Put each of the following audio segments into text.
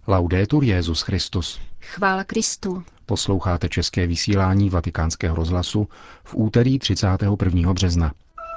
Laudetur Jesus Christus. Chvála Kristu. Posloucháte české vysílání Vatikánského rozhlasu v úterý 31. března.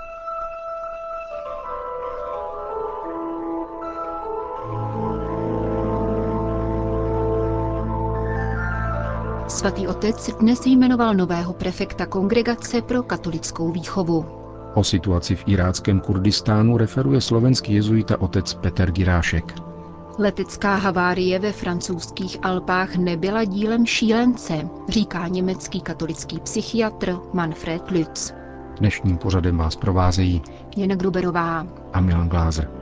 Svatý otec dnes jmenoval nového prefekta Kongregace pro katolickou výchovu. O situaci v iráckém Kurdistánu referuje slovenský jezuita otec Peter Girášek. Letecká havárie ve francouzských Alpách nebyla dílem šílence, říká německý katolický psychiatr Manfred Lütz. Dnešním pořadem vás provázejí Jana Gruberová a Milan Glázer.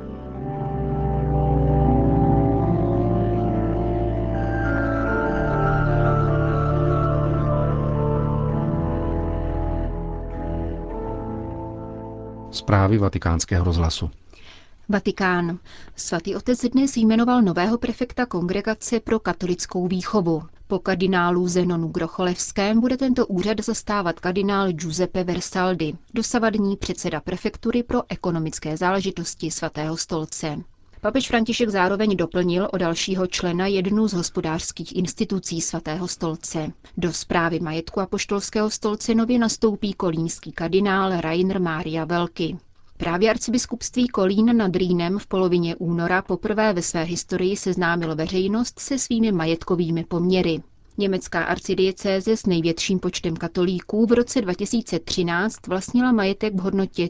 Zprávy Vatikánského rozhlasu. Vatikán. Svatý otec dnes jmenoval nového prefekta Kongregace pro katolickou výchovu. Po kardinálu Zenonu Grocholevském bude tento úřad zastávat kardinál Giuseppe Versaldi, dosavadní předseda prefektury pro ekonomické záležitosti Svatého stolce. Papež František zároveň doplnil o dalšího člena jednu z hospodářských institucí Svatého stolce. Do správy majetku apoštolského stolce nově nastoupí kolínský kardinál Rainer Maria Velky. Právě arcibiskupství Kolín nad Rýnem v polovině února poprvé ve své historii seznámilo veřejnost se svými majetkovými poměry. Německá arcidiecéze s největším počtem katolíků v roce 2013 vlastnila majetek v hodnotě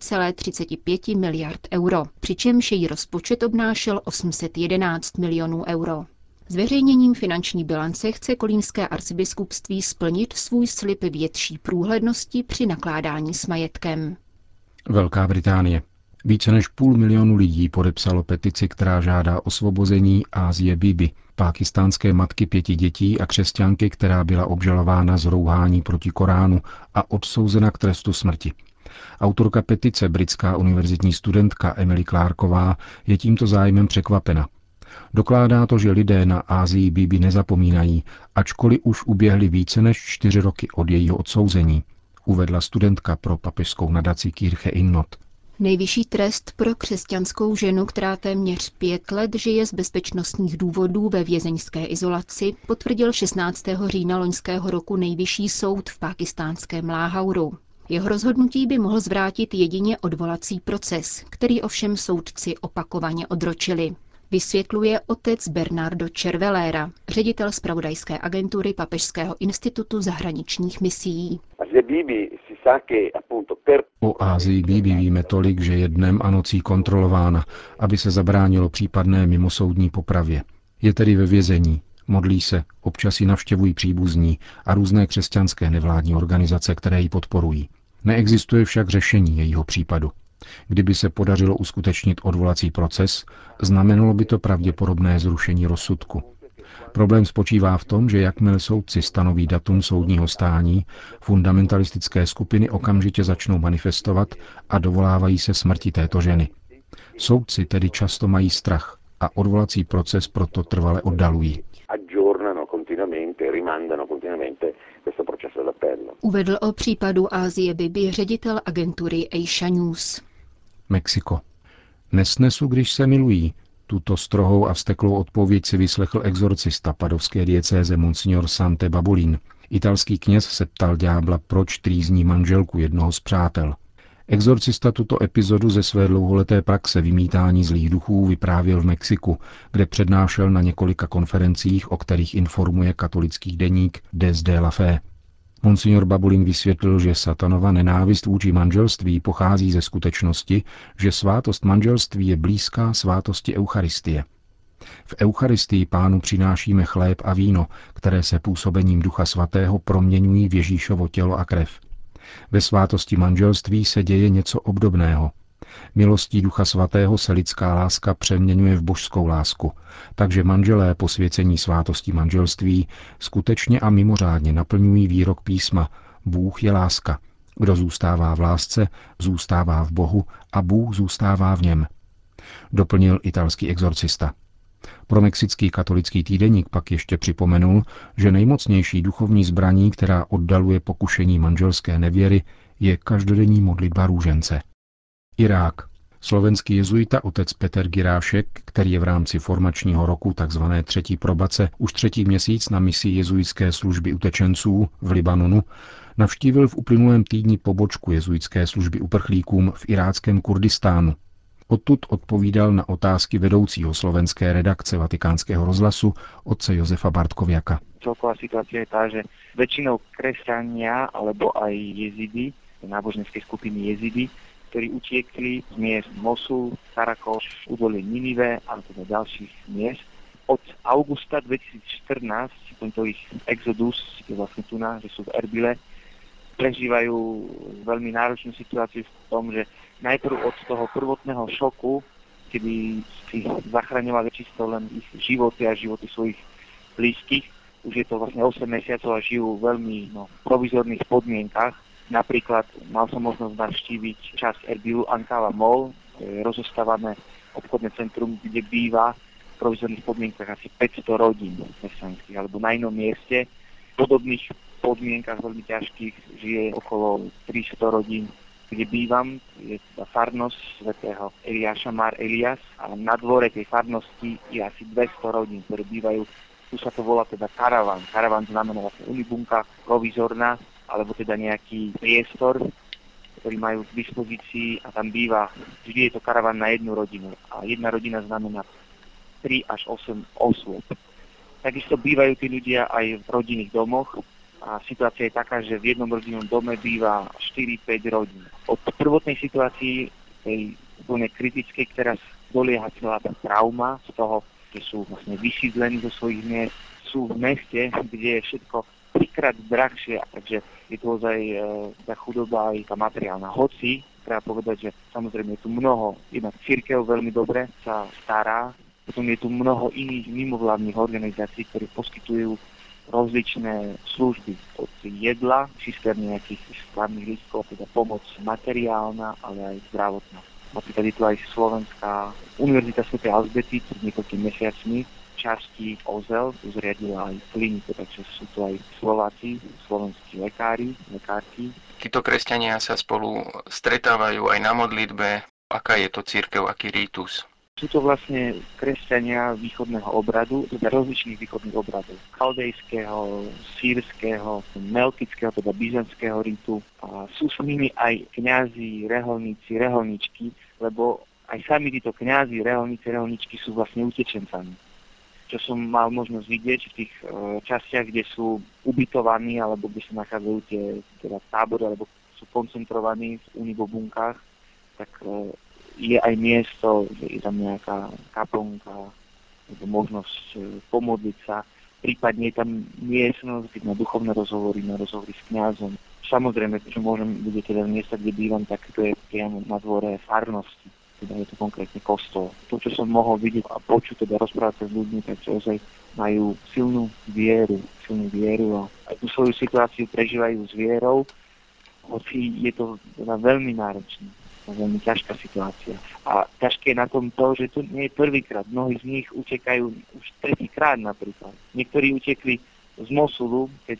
3,35 miliard euro, přičemž její rozpočet obnášel 811 milionů euro. Zveřejněním finanční bilance chce kolínské arcibiskupství splnit svůj slib větší průhlednosti při nakládání s majetkem. Velká Británie. Více než 500 000 lidí podepsalo petici, která žádá osvobození Asie Bibi, pákistánské matky 5 dětí a křesťanky, která byla obžalována z rouhání proti Koránu a odsouzena k trestu smrti. Autorka petice, britská univerzitní studentka Emily Clarková, je tímto zájmem překvapena. Dokládá to, že lidé na Asii Bibi nezapomínají, ačkoliv už uběhly více než 4 roky od jejího odsouzení, uvedla studentka pro papežskou nadaci Kirche in Not. Nejvyšší trest pro křesťanskou ženu, která téměř 5 let žije z bezpečnostních důvodů ve vězeňské izolaci, potvrdil 16. října loňského roku nejvyšší soud v pákistánském Láhauru. Jeho rozhodnutí by mohl zvrátit jedině odvolací proces, který ovšem soudci opakovaně odročili. Vysvětluje otec Bernardo Cervelera, ředitel zpravodajské agentury Papežského institutu zahraničních misií. O Asii Bibi víme tolik, že je dnem a nocí kontrolována, aby se zabránilo případné mimosoudní popravě. Je tedy ve vězení, modlí se, občas ji navštěvují příbuzní a různé křesťanské nevládní organizace, které ji podporují. Neexistuje však řešení jejího případu. Kdyby se podařilo uskutečnit odvolací proces, znamenalo by to pravděpodobné zrušení rozsudku. Problém spočívá v tom, že jakmile soudci stanoví datum soudního stání, fundamentalistické skupiny okamžitě začnou manifestovat a dovolávají se smrti této ženy. Soudci tedy často mají strach a odvolací proces proto trvale oddalují. Uvedl o případu Asie Bibi ředitel agentury Asia News. Mexiko. Nesnesu, když se milují. Tuto strohou a vzteklou odpověď si vyslechl exorcista padovské diecéze Monsignor Sante Babulín. Italský kněz se ptal ďábla, proč trýzní manželku jednoho z přátel. Exorcista tuto epizodu ze své dlouholeté praxe vymítání zlých duchů vyprávěl v Mexiku, kde přednášel na několika konferencích, o kterých informuje katolický deník Des de la Fe. Monsignor Babulín vysvětlil, že satanova nenávist vůči manželství pochází ze skutečnosti, že svátost manželství je blízká svátosti Eucharistie. V Eucharistii Pánu přinášíme chléb a víno, které se působením Ducha Svatého proměňují v Ježíšovo tělo a krev. Ve svátosti manželství se děje něco obdobného. Milostí Ducha Svatého se lidská láska přeměňuje v božskou lásku, takže manželé posvěcení svátosti manželství skutečně a mimořádně naplňují výrok písma Bůh je láska. Kdo zůstává v lásce, zůstává v Bohu a Bůh zůstává v něm. Doplnil italský exorcista. Pro mexický katolický týdeník pak ještě připomenul, že nejmocnější duchovní zbraní, která oddaluje pokušení manželské nevěry, je každodenní modlitba růžence. Irák. Slovenský jezuita otec Peter Girášek, který je v rámci formačního roku tzv. Třetí probace už třetí měsíc na misi jezuitské služby utečenců v Libanonu, navštívil v uplynulém týdni pobočku jezuitské služby uprchlíkům v iráckém Kurdistánu. Odtud odpovídal na otázky vedoucího slovenské redakce Vatikánského rozhlasu otce Josefa Bartkoviaka. Celková situácia je tá, že väčšinou kresťania alebo aj jezidi, náboženské skupiny jezidi, ktorí utiekli z miest Mosul, Karakoš, údolie Ninive a teda ďalších miest. Od augusta 2014, tento ich exodus, je vlastne tu že sú v Erbile, prežívajú veľmi náročnú situáciu v tom, že najprv od toho prvotného šoku, kedy si zachraňovali čisto len ich životy a životy svojich blízkych, už je to vlastne 8 mesiacov a žijú v veľmi provizorných podmienkach. Napríklad mal som možnosť navštíviť časť Erbilu Ankara Mall, rozostávané obchodné centrum, kde býva v provizorných podmienkach asi 500 rodín kresťanských, alebo na inom mieste v podobných podmienkach veľmi ťažkých žije okolo 300 rodín, kde bývam. Je teda farnosť svätého Eliáša Mar Elias a na dvore tej farnosti je asi 200 rodín, ktoré bývajú. Tu sa to volá teda karavan. Karavan znamená vlastne unibunka provizorná, alebo teda nejaký priestor, ktorý majú k dispozícii a tam býva, vždy je to karavan na jednu rodinu. A jedna rodina znamená 3 až 8 osôb. Takisto bývajú tí ľudia aj v rodinných domoch a situácia je taká, že v jednom rodinnom dome býva 4-5 rodín. Od prvotnej situácii, tej úplne kritickej, ktorá dolieha celá tá trauma z toho, že sú vlastne vysídlení zo svojich miest, sú v meste, kde je všetko trikrát drahšie, takže je to ozaj tá chudoba aj tá materiálna. Hoci, treba povedať, že samozrejme je tu mnoho, jednak cirkev veľmi dobre sa stará, potom je tu mnoho iných mimovládnych organizácií, ktoré poskytujú rozličné služby od jedla, cisterny nejakých skladných lístkov, teda pomoc materiálna, ale aj zdravotná. Napríklad je tu aj Slovenská univerzita svätej Alžbety pred niekoľkými mesiacmi časti OZEL zriadila aj kliniku, takže sú tu aj Slováci, slovenskí lekárky. Títo kresťania sa spolu stretávajú aj na modlitbe. Aká je to cirkev, aký rítus? Sú to vlastne kresťania východného obradu, teda rozličných východných obradov. Chaldejského, sírskeho, melkického, teda byzantského rítu. A sú s nimi aj kňazi, reholníci, reholničky, lebo aj sami títo kňazi, reholníci, reholničky sú vlastne utečencami. Čo som mal možnosť vidieť v tých častiach, kde sú ubytovaní, alebo kde sa nachádzajú tie teda tábory, alebo sú koncentrovaní v unibobunkách, tak je aj miesto, že je tam nejaká kaplnka, alebo možnosť pomodliť sa. Prípadne je tam miestnosť, kde na duchovné rozhovory, na rozhovory s kňazom. Samozrejme, čo môžem vidieť teda v miesta, kde bývam, tak to je priamo na dvore farnosti. Teda je to konkrétne kostol. To, čo som mohol vidieť a počuť, teda rozprávať sa s ľuďmi, tak ozaj majú silnú vieru a aj tú svoju situáciu prežívajú s vierou, hoci je to teda veľmi náročné, veľmi ťažká situácia. A ťažké je na tom to, že to nie je prvýkrát. Mnohí z nich utekajú už tretíkrát napríklad. Niektorí utekli z Mosulu, keď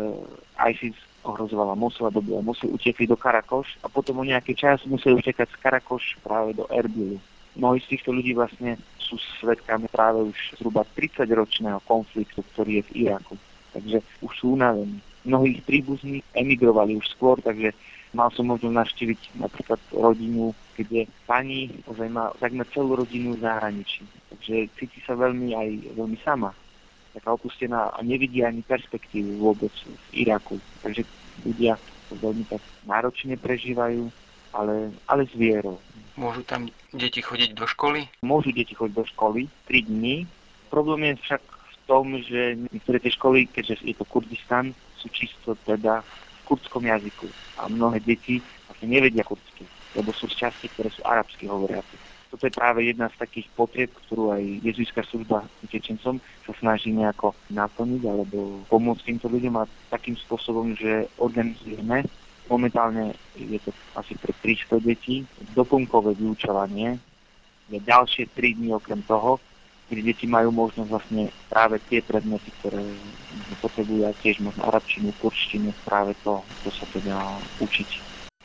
ISIS ohrozovala Mosul a dobila Mosul, utekli do Karakoš a potom o nejaký čas museli utekať z Karakoš práve do Erbilu. Mnohí z týchto ľudí vlastne sú svedkami práve už zhruba 30-ročného konfliktu, ktorý je v Iraku. Takže už sú unavení. Mnohí ich príbuzní emigrovali už skôr, takže mal som možnosť navštíviť napríklad rodinu, kde pani má takmer celú rodinu v zahraničí. Takže cíti sa veľmi sama. Taká opustená a nevidí ani perspektívu vôbec v Iraku. Takže ľudia to veľmi tak náročne prežívajú, ale s vierou. Môžu tam deti chodiť do školy? Môžu deti chodiť do školy 3 dní. Problém je však v tom, že niektoré tie školy, keďže je to Kurdistan, sú čisto teda v kurdskom jazyku. A mnohé deti vlastne nevedia kurdsky, lebo sú z časti, ktoré sú arabsky hovoriace. Toto je práve jedna z takých potrieb, ktorú aj jezuitská služba utečencom sa snaží nejako naplniť alebo pomôcť týmto ľuďom a takým spôsobom, že organizujeme, momentálne je to asi pre 300 detí, doplnkové vyučovanie, je ďalšie 3 dní okrem toho, kde deti majú možnosť vlastne práve tie predmety, ktoré potrebujú, tiež možno arabčinu, kurdštinu, práve to sa teda učiť.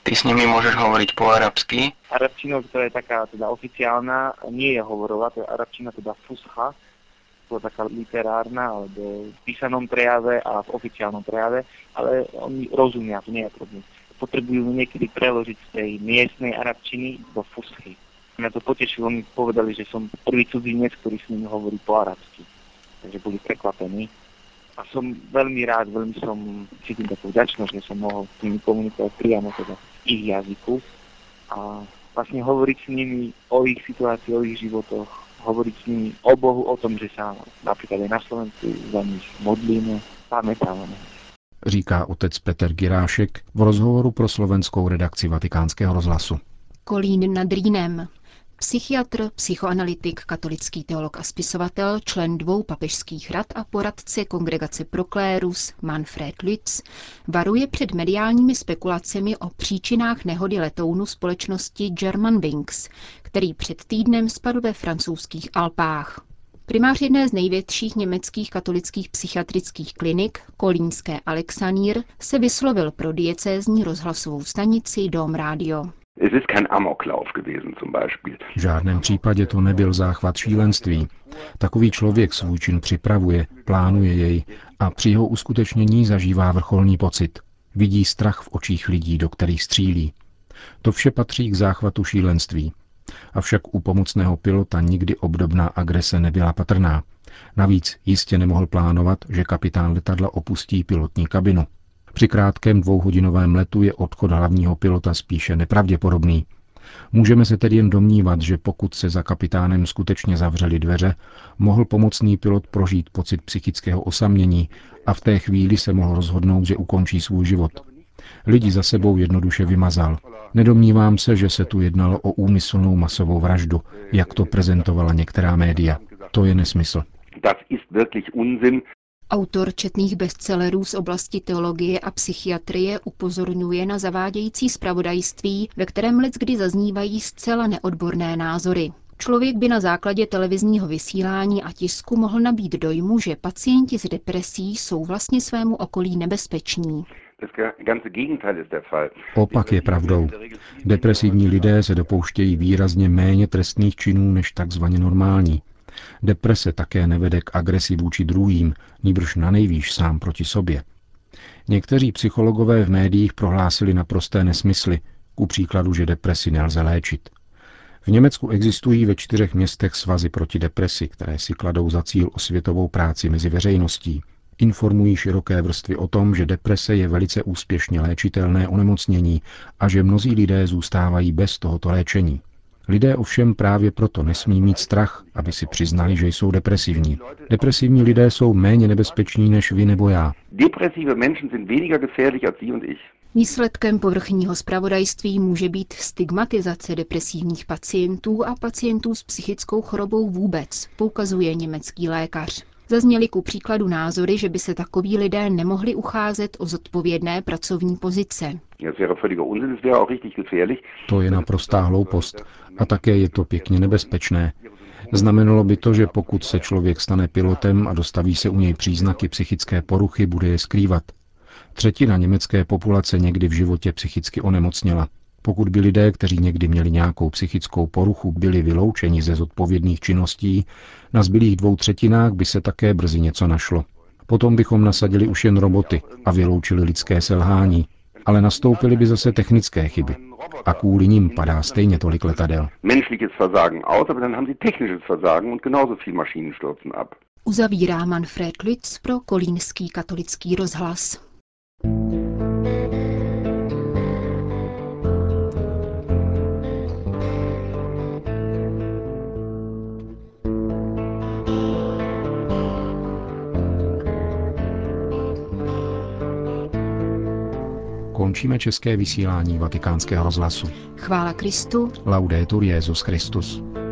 Ty s nimi môžeš hovoriť po arabsky? Arabčinou, ktorá je taká teda oficiálna, nie je hovorová, to je arabčina teda fusha, to je taká literárna, alebo v písanom prejave a v oficiálnom prejave, ale oni rozumia, to nie je problém. Potrebujú niekedy preložiť z tej miestnej arabčiny do fuschy. Mňa to potešilo, mi povedali, že som prvý cudzinec, ktorý s nimi hovorí po arabsky. Takže boli prekvapení. A som veľmi rád, veľmi som cítim takú vďačnosť, že som mohol s nimi komunikovať priamo teda v ich jazyku a vlastne hovoriť s nimi o ich situácii, o ich životoch, hovoriť s nimi o Bohu, o tom, že sa napríklad aj na Slovensku za nich modlíme, pamätáme. Říká otec Peter Girášek v rozhovoru pro slovenskou redakci Vatikánského rozhlasu. Kolín nad Rýnem. Psychiatr, psychoanalytik, katolický teolog a spisovatel, člen 2 papežských rad a poradce Kongregace pro klérus Manfred Lütz varuje před mediálními spekulacemi o příčinách nehody letounu společnosti Germanwings, který před týdnem spadl ve francouzských Alpách. Primář jedné z největších německých katolických psychiatrických klinik, kolínské Alexanír, se vyslovil pro diecézní rozhlasovou stanici Dom Radio. V žádném případě to nebyl záchvat šílenství. Takový člověk svůj čin připravuje, plánuje jej a při jeho uskutečnění zažívá vrcholný pocit. Vidí strach v očích lidí, do kterých střílí. To vše patří k záchvatu šílenství. Avšak u pomocného pilota nikdy obdobná agrese nebyla patrná. Navíc jistě nemohl plánovat, že kapitán letadla opustí pilotní kabinu. Při krátkém 2hodinovém letu je odchod hlavního pilota spíše nepravděpodobný. Můžeme se tedy jen domnívat, že pokud se za kapitánem skutečně zavřely dveře, mohl pomocný pilot prožít pocit psychického osamění a v té chvíli se mohl rozhodnout, že ukončí svůj život. Lidi za sebou jednoduše vymazal. Nedomnívám se, že se tu jednalo o úmyslnou masovou vraždu, jak to prezentovala některá média. To je nesmysl. Autor četných bestsellerů z oblasti teologie a psychiatrie upozorňuje na zavádějící zpravodajství, ve kterém leckdy zaznívají zcela neodborné názory. Člověk by na základě televizního vysílání a tisku mohl nabít dojmu, že pacienti s depresí jsou vlastně svému okolí nebezpeční. Opak je pravdou. Depresivní lidé se dopouštějí výrazně méně trestných činů než takzvaně normální. Deprese také nevede k agresi vůči druhým, nýbrž nanejvýš sám proti sobě. Někteří psychologové v médiích prohlásili naprosté nesmysly, ku příkladu, že depresi nelze léčit. V Německu existují ve 4 městech svazy proti depresi, které si kladou za cíl osvětovou práci mezi veřejností. Informují široké vrstvy o tom, že deprese je velice úspěšně léčitelné onemocnění a že mnozí lidé zůstávají bez tohoto léčení. Lidé ovšem právě proto nesmí mít strach, aby si přiznali, že jsou depresivní. Depresivní lidé jsou méně nebezpeční než vy nebo já. Výsledkem povrchního zpravodajství může být stigmatizace depresivních pacientů a pacientů s psychickou chorobou vůbec, poukazuje německý lékař. Zazněly ku příkladu názory, že by se takoví lidé nemohli ucházet o zodpovědné pracovní pozice. To je naprostá hloupost a také je to pěkně nebezpečné. Znamenalo by to, že pokud se člověk stane pilotem a dostaví se u něj příznaky psychické poruchy, bude je skrývat. 1/3 německé populace někdy v životě psychicky onemocněla. Pokud by lidé, kteří někdy měli nějakou psychickou poruchu, byli vyloučeni ze zodpovědných činností, na zbylých 2/3 by se také brzy něco našlo. Potom bychom nasadili už jen roboty a vyloučili lidské selhání, ale nastoupily by zase technické chyby. A kvůli nim padá stejně tolik letadel. Uzavírá Manfred Lütz pro kolínský katolický rozhlas. Končíme české vysílání Vatikánského rozhlasu. Chvála Kristu. Laudetur Jesus Christus.